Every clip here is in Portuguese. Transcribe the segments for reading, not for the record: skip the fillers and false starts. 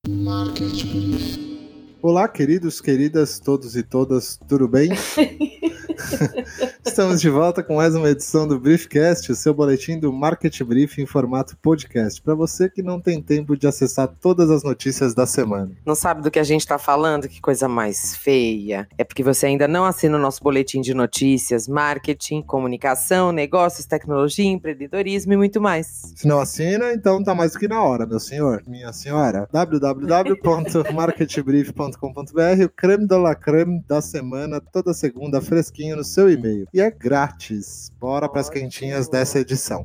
Olá, queridos, queridas, todos e todas, tudo bem? Estamos de volta com mais uma edição do Briefcast, o seu boletim do Market Brief em formato podcast, para você que não tem tempo de acessar todas as notícias da semana. Não sabe do que a gente está falando? Que coisa mais feia. É porque você ainda não assina o nosso boletim de notícias, marketing, comunicação, negócios, tecnologia, empreendedorismo e muito mais. Se não assina, então tá mais do que na hora, meu senhor, minha senhora. www.marketbrief.com.br, o creme de la creme da semana, toda segunda, fresquinho no seu e-mail. E é grátis. Bora para as quentinhas dessa edição.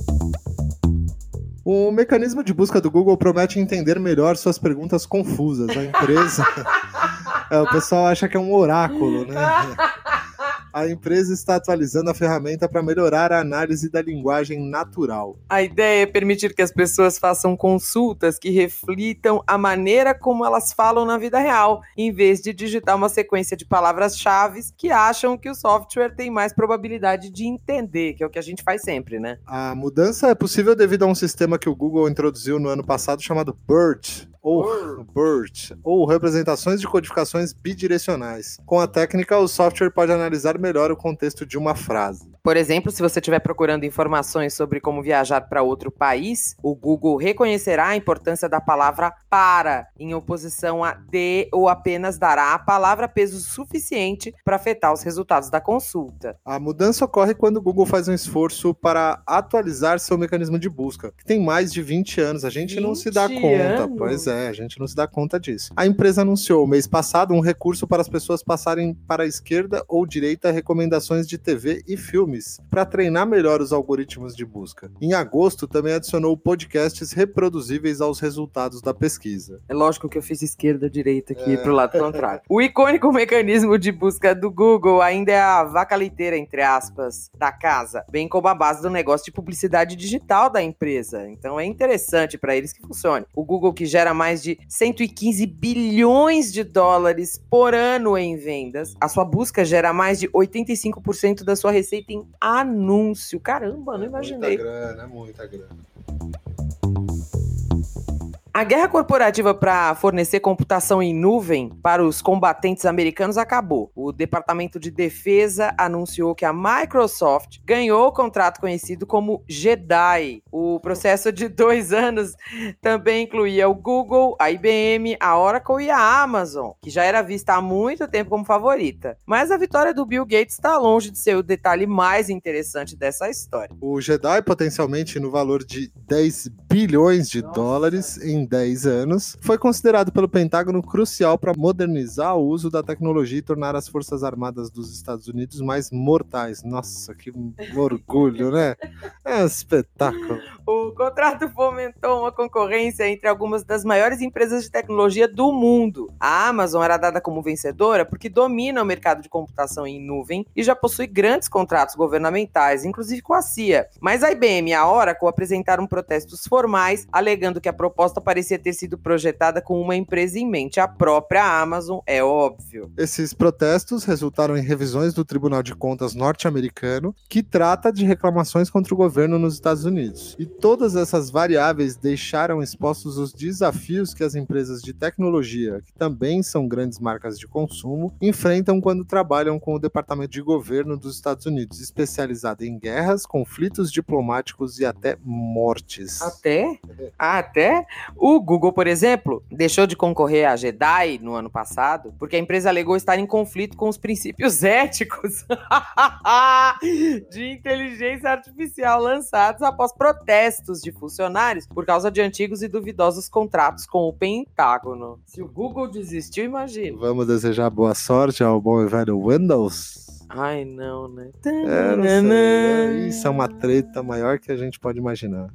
O mecanismo de busca do Google promete entender melhor suas perguntas confusas. A empresa... o pessoal acha que é um oráculo, né? A empresa está atualizando a ferramenta para melhorar a análise da linguagem natural. A ideia é permitir que as pessoas façam consultas que reflitam a maneira como elas falam na vida real, em vez de digitar uma sequência de palavras-chave que acham que o software tem mais probabilidade de entender, que é o que a gente faz sempre, né? A mudança é possível devido a um sistema que o Google introduziu no ano passado chamado BERT, ou representações de codificações bidirecionais. Com a técnica, o software pode analisar melhor o contexto de uma frase. Por exemplo, se você estiver procurando informações sobre como viajar para outro país, o Google reconhecerá a importância da palavra para, em oposição a de, ou apenas dará à palavra peso suficiente para afetar os resultados da consulta. A mudança ocorre quando o Google faz um esforço para atualizar seu mecanismo de busca, que tem mais de 20 anos. A gente não se dá conta. Pois é, a gente não se dá conta disso. A empresa anunciou mês passado um recurso para as pessoas passarem para a esquerda ou direita recomendações de TV e filmes, para treinar melhor os algoritmos de busca. Em agosto, também adicionou podcasts reproduzíveis aos resultados da pesquisa. É lógico que eu fiz esquerda-direita aqui pro lado contrário. O icônico mecanismo de busca do Google ainda é a vaca leiteira, entre aspas, da casa, bem como a base do negócio de publicidade digital da empresa. Então é interessante para eles que funcione. O Google, que gera mais de 115 bilhões de dólares por ano em vendas, a sua busca gera mais de 85% da sua receita em anúncio. Caramba, não imaginei. Muita grana. A guerra corporativa para fornecer computação em nuvem para os combatentes americanos acabou. O Departamento de Defesa anunciou que a Microsoft ganhou o contrato conhecido como JEDI. O processo de 2 anos também incluía o Google, a IBM, a Oracle e a Amazon, que já era vista há muito tempo como favorita. Mas a vitória do Bill Gates está longe de ser o detalhe mais interessante dessa história. O JEDI, potencialmente no valor de 10 bilhões de dólares em 10 anos, foi considerado pelo Pentágono crucial para modernizar o uso da tecnologia e tornar as Forças Armadas dos Estados Unidos mais mortais. Nossa, que orgulho, né? É um espetáculo. O contrato fomentou uma concorrência entre algumas das maiores empresas de tecnologia do mundo. A Amazon era dada como vencedora porque domina o mercado de computação em nuvem e já possui grandes contratos governamentais, inclusive com a CIA. Mas a IBM e a Oracle apresentaram protestos formais, alegando que a proposta parecia ter sido projetada com uma empresa em mente, a própria Amazon, é óbvio. Esses protestos resultaram em revisões do Tribunal de Contas norte-americano, que trata de reclamações contra o governo nos Estados Unidos. E todas essas variáveis deixaram expostos os desafios que as empresas de tecnologia, que também são grandes marcas de consumo, enfrentam quando trabalham com o Departamento de Governo dos Estados Unidos, especializado em guerras, conflitos diplomáticos e até mortes. Até? O Google, por exemplo, deixou de concorrer à JEDI no ano passado porque a empresa alegou estar em conflito com os princípios éticos de inteligência artificial lançados após protestos de funcionários por causa de antigos e duvidosos contratos com o Pentágono. Se o Google desistiu, imagina. Vamos desejar boa sorte ao bom e velho Windows? Ai, não, né? Não sei. Isso é uma treta maior que a gente pode imaginar.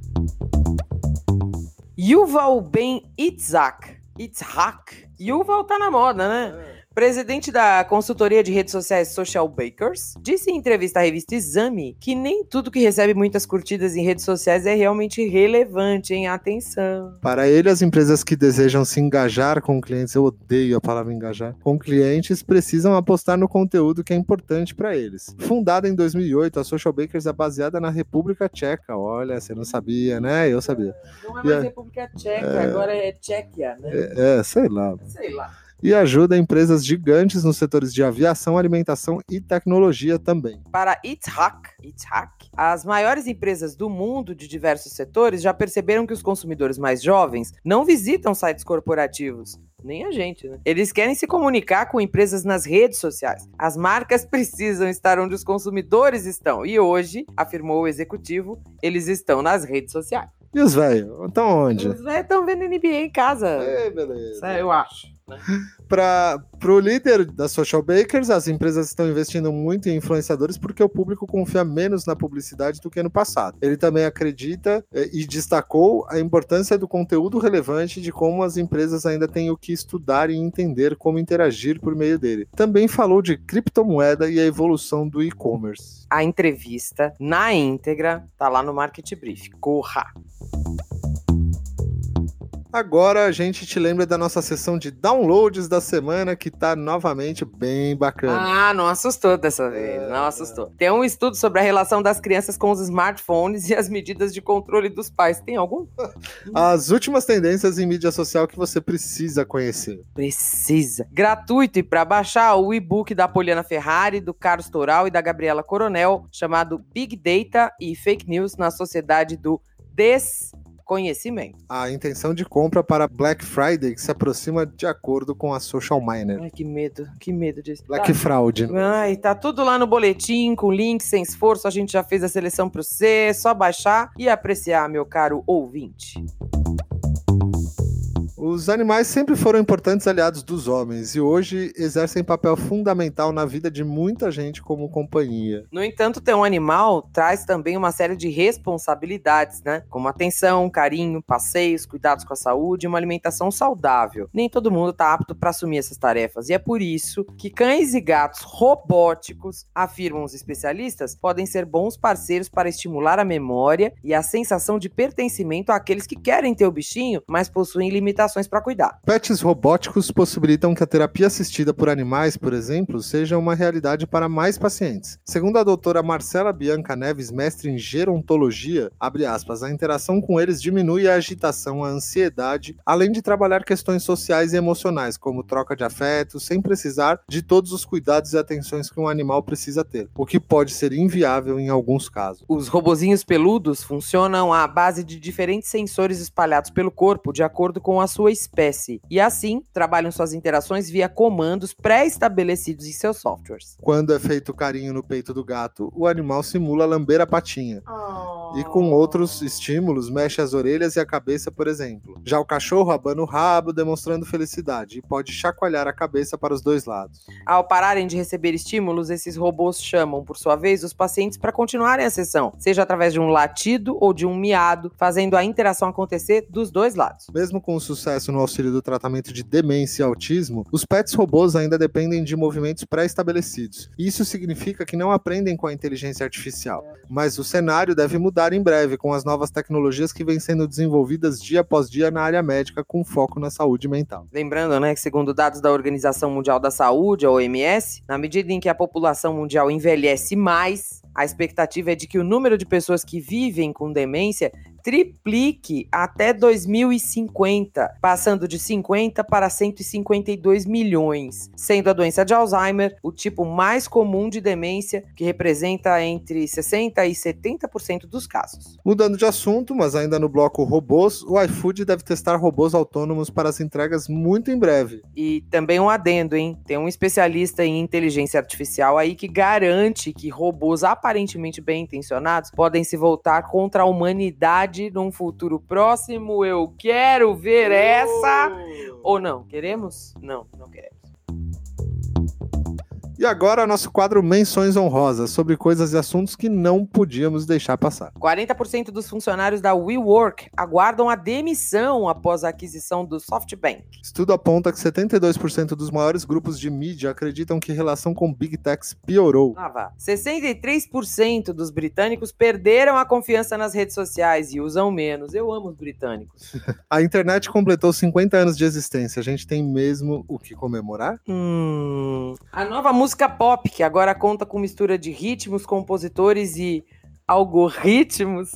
Yuval Ben Itzhak. Yuval tá na moda, né? Presidente da consultoria de redes sociais Social Bakers disse em entrevista à revista Exame que nem tudo que recebe muitas curtidas em redes sociais é realmente relevante, hein? Atenção. Para ele, as empresas que desejam se engajar com clientes, eu odeio a palavra engajar, com clientes precisam apostar no conteúdo que é importante para eles. Fundada em 2008, a Social Bakers é baseada na República Tcheca. Olha, você não sabia, né? Eu sabia. Não é mais República Tcheca, agora é Tchequia, né? Sei lá. Sei lá. E ajuda empresas gigantes nos setores de aviação, alimentação e tecnologia também. Para Itzhak, as maiores empresas do mundo de diversos setores já perceberam que os consumidores mais jovens não visitam sites corporativos. Nem a gente, né? Eles querem se comunicar com empresas nas redes sociais. As marcas precisam estar onde os consumidores estão. E hoje, afirmou o executivo, eles estão nas redes sociais. E os velhos? Estão onde? Os velhos estão vendo NBA em casa. Beleza. Isso eu acho. Para o líder da Social Bakers, as empresas estão investindo muito em influenciadores porque o público confia menos na publicidade do que no passado. Ele também acredita e destacou a importância do conteúdo relevante de como as empresas ainda têm o que estudar e entender como interagir por meio dele. Também falou de criptomoeda e a evolução do e-commerce. A entrevista, na íntegra, tá lá no Market Brief. Corra! Agora a gente te lembra da nossa sessão de downloads da semana, que tá novamente bem bacana. Ah, não assustou dessa vez, não assustou. Tem um estudo sobre a relação das crianças com os smartphones e as medidas de controle dos pais. Tem algum? As últimas tendências em mídia social que você precisa conhecer. Precisa. Gratuito, e para baixar o e-book da Poliana Ferrari, do Carlos Toral e da Gabriela Coronel, chamado Big Data e Fake News na Sociedade do Desconhecimento. A intenção de compra para Black Friday que se aproxima de acordo com a Social Miner. Ai, que medo disso. Black Fraud. Ai, tá tudo lá no boletim, com link, sem esforço, a gente já fez a seleção para você, é só baixar e apreciar, meu caro ouvinte. Os animais sempre foram importantes aliados dos homens e hoje exercem papel fundamental na vida de muita gente como companhia. No entanto, ter um animal traz também uma série de responsabilidades, né? Como atenção, carinho, passeios, cuidados com a saúde e uma alimentação saudável. Nem todo mundo está apto para assumir essas tarefas e é por isso que cães e gatos robóticos, afirmam os especialistas, podem ser bons parceiros para estimular a memória e a sensação de pertencimento àqueles que querem ter o bichinho, mas possuem limitações para cuidar. Pets robóticos possibilitam que a terapia assistida por animais, por exemplo, seja uma realidade para mais pacientes. Segundo a doutora Marcela Bianca Neves, mestre em gerontologia, abre aspas, a interação com eles diminui a agitação, a ansiedade, além de trabalhar questões sociais e emocionais, como troca de afetos, sem precisar de todos os cuidados e atenções que um animal precisa ter, o que pode ser inviável em alguns casos. Os robozinhos peludos funcionam à base de diferentes sensores espalhados pelo corpo, de acordo com a sua espécie, e assim trabalham suas interações via comandos pré-estabelecidos em seus softwares. Quando é feito carinho no peito do gato, o animal simula lamber a patinha. E com outros estímulos, mexe as orelhas e a cabeça, por exemplo. Já o cachorro abana o rabo, demonstrando felicidade, e pode chacoalhar a cabeça para os dois lados. Ao pararem de receber estímulos, esses robôs chamam, por sua vez, os pacientes para continuarem a sessão, seja através de um latido ou de um miado, fazendo a interação acontecer dos dois lados. Mesmo com o sucesso no auxílio do tratamento de demência e autismo, os pets robôs ainda dependem de movimentos pré-estabelecidos. Isso significa que não aprendem com a inteligência artificial. Mas o cenário deve mudar em breve com as novas tecnologias que vêm sendo desenvolvidas dia após dia na área médica com foco na saúde mental. Lembrando, né, que segundo dados da Organização Mundial da Saúde, a OMS, na medida em que a população mundial envelhece mais, a expectativa é de que o número de pessoas que vivem com demência triplique até 2050, passando de 50 para 152 milhões, sendo a doença de Alzheimer o tipo mais comum de demência, que representa entre 60% e 70% dos casos. Mudando de assunto, mas ainda no bloco robôs, o iFood deve testar robôs autônomos para as entregas muito em breve. E também um adendo, hein? Tem um especialista em inteligência artificial aí que garante que robôs aparentemente bem intencionados podem se voltar contra a humanidade num futuro próximo. Eu quero ver essa! Ou não? Queremos? Não, não queremos. E agora nosso quadro Menções Honrosas, sobre coisas e assuntos que não podíamos deixar passar. 40% dos funcionários da WeWork aguardam a demissão após a aquisição do SoftBank. Estudo aponta que 72% dos maiores grupos de mídia acreditam que relação com Big Techs piorou. 63% dos britânicos perderam a confiança nas redes sociais e usam menos. Eu amo os britânicos. A internet completou 50 anos de existência. A gente tem mesmo o que comemorar? A nova música pop, que agora conta com mistura de ritmos, compositores e algoritmos.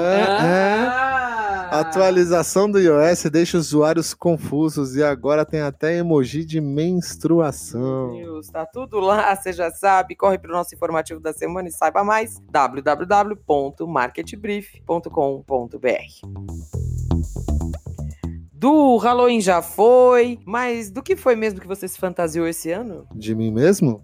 A atualização do iOS deixa os usuários confusos e agora tem até emoji de menstruação. Meu Deus, tá tudo lá, você já sabe. Corre pro nosso informativo da semana e saiba mais. www.marketbrief.com.br. Do Halloween já foi, mas do que foi mesmo que você se fantasiou esse ano? De mim mesmo?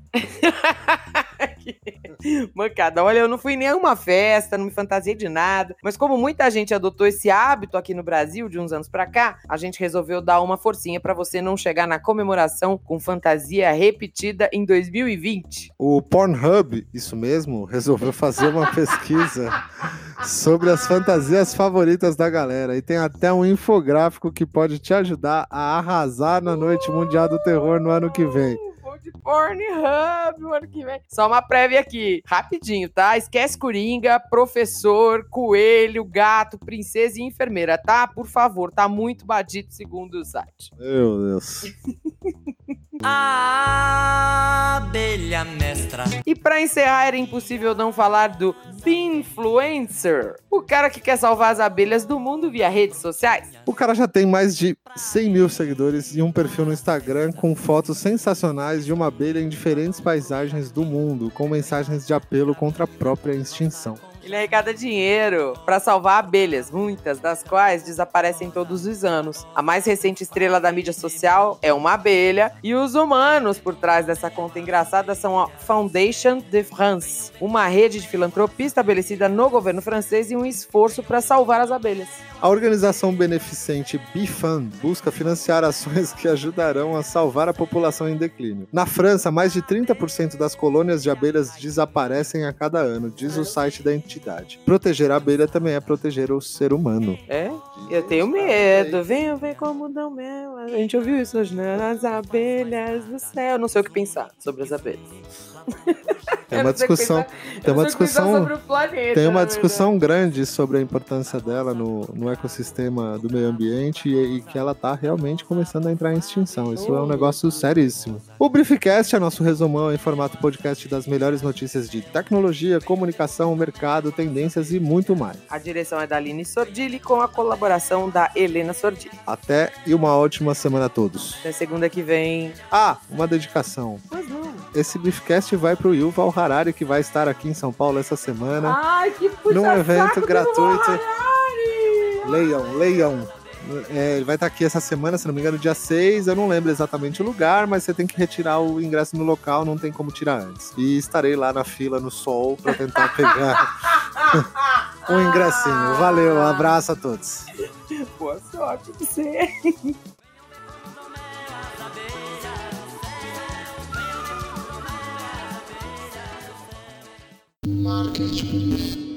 Mancada, olha, eu não fui nem a uma festa, não me fantasiei de nada, mas como muita gente adotou esse hábito aqui no Brasil de uns anos pra cá, a gente resolveu dar uma forcinha pra você não chegar na comemoração com fantasia repetida em 2020. O Pornhub, isso mesmo, resolveu fazer uma pesquisa sobre as fantasias favoritas da galera e tem até um infográfico que pode te ajudar a arrasar na Noite Mundial do Terror no ano que vem. De Pornhub no ano que vem. Só uma prévia aqui, rapidinho, tá? Esquece Coringa, professor, coelho, gato, princesa e enfermeira, tá? Por favor, tá muito batido segundo o site. Meu Deus. A abelha mestra. E pra encerrar, era impossível não falar do Beanfluencer, o cara que quer salvar as abelhas do mundo via redes sociais. O cara já tem mais de 100 mil seguidores e um perfil no Instagram com fotos sensacionais de uma abelha em diferentes paisagens do mundo, com mensagens de apelo contra a própria extinção. Ele arrecada dinheiro para salvar abelhas, muitas das quais desaparecem todos os anos. A mais recente estrela da mídia social é uma abelha, e os humanos por trás dessa conta engraçada são a Fondation de France, uma rede de filantropia estabelecida no governo francês e um esforço para salvar as abelhas. A organização beneficente BeFund busca financiar ações que ajudarão a salvar a população em declínio. Na França, mais de 30% das colônias de abelhas desaparecem a cada ano, diz o site da entidade. Proteger a abelha também é proteger o ser humano. É? Eu tenho medo. Venha ver como dão mel. A gente ouviu isso hoje, né? As abelhas do céu. Não sei o que pensar sobre as abelhas. Tem uma discussão, sobre o planeta, tem uma discussão grande sobre a importância dela no ecossistema do meio ambiente e que ela tá realmente começando a entrar em extinção. Isso é um negócio seríssimo. O Briefcast é nosso resumão em formato podcast das melhores notícias de tecnologia, comunicação, mercado, tendências e muito mais. A direção é da Aline Sordilli com a colaboração da Helena Sordilli. Até e uma ótima semana a todos. Até segunda que vem. Ah, uma dedicação. Mas não. Esse Briefcast vai pro Yuval Harari, que vai estar aqui em São Paulo essa semana. Ai, que puxa num evento saco gratuito. Leiam. Ele vai estar aqui essa semana, se não me engano, dia 6. Eu não lembro exatamente o lugar, mas você tem que retirar o ingresso no local, não tem como tirar antes. E estarei lá na fila, no sol, para tentar pegar um ingressinho. Valeu, um abraço a todos. Boa sorte pra você. Market Brief.